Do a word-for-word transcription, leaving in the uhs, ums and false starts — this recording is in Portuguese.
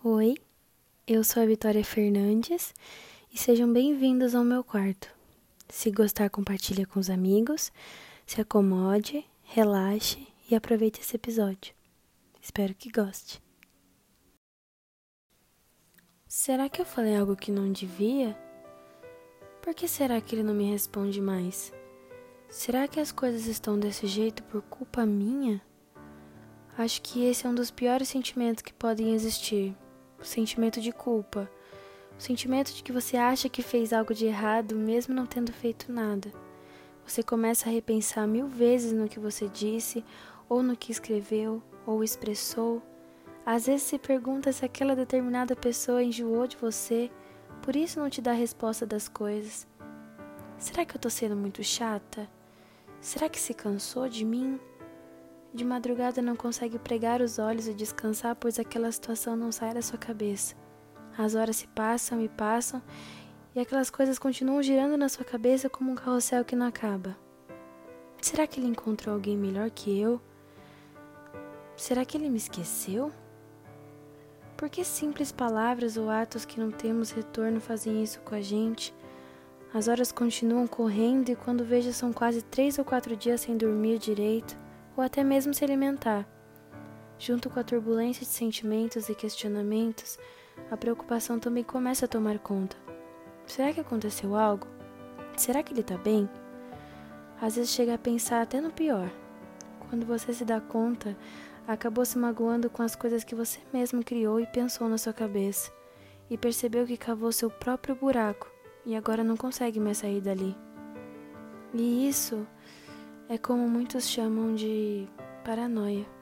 Oi, eu sou a Vitória Fernandes e sejam bem-vindos ao meu quarto. Se gostar, compartilha com os amigos, se acomode, relaxe e aproveite esse episódio. Espero que goste. Será que eu falei algo que não devia? Por que será que ele não me responde mais? Será que as coisas estão desse jeito por culpa minha? Acho que esse é um dos piores sentimentos que podem existir. O sentimento de culpa. O sentimento de que você acha que fez algo de errado mesmo não tendo feito nada. Você começa a repensar mil vezes no que você disse, ou no que escreveu, ou expressou. Às vezes se pergunta se aquela determinada pessoa enjoou de você, por isso não te dá a resposta das coisas. Será que eu tô sendo muito chata? Será que se cansou de mim? De madrugada não consegue pregar os olhos e descansar, pois aquela situação não sai da sua cabeça. As horas se passam e passam, e aquelas coisas continuam girando na sua cabeça como um carrossel que não acaba. Será que ele encontrou alguém melhor que eu? Será que ele me esqueceu? Por que simples palavras ou atos que não temos retorno fazem isso com a gente? As horas continuam correndo e quando vejo são quase três ou quatro dias sem dormir direito, ou até mesmo se alimentar. Junto com a turbulência de sentimentos e questionamentos, a preocupação também começa a tomar conta. Será que aconteceu algo? Será que ele tá bem? Às vezes chega a pensar até no pior. Quando você se dá conta, acabou se magoando com as coisas que você mesmo criou e pensou na sua cabeça, e percebeu que cavou seu próprio buraco e agora não consegue mais sair dali. E isso é como muitos chamam de paranoia.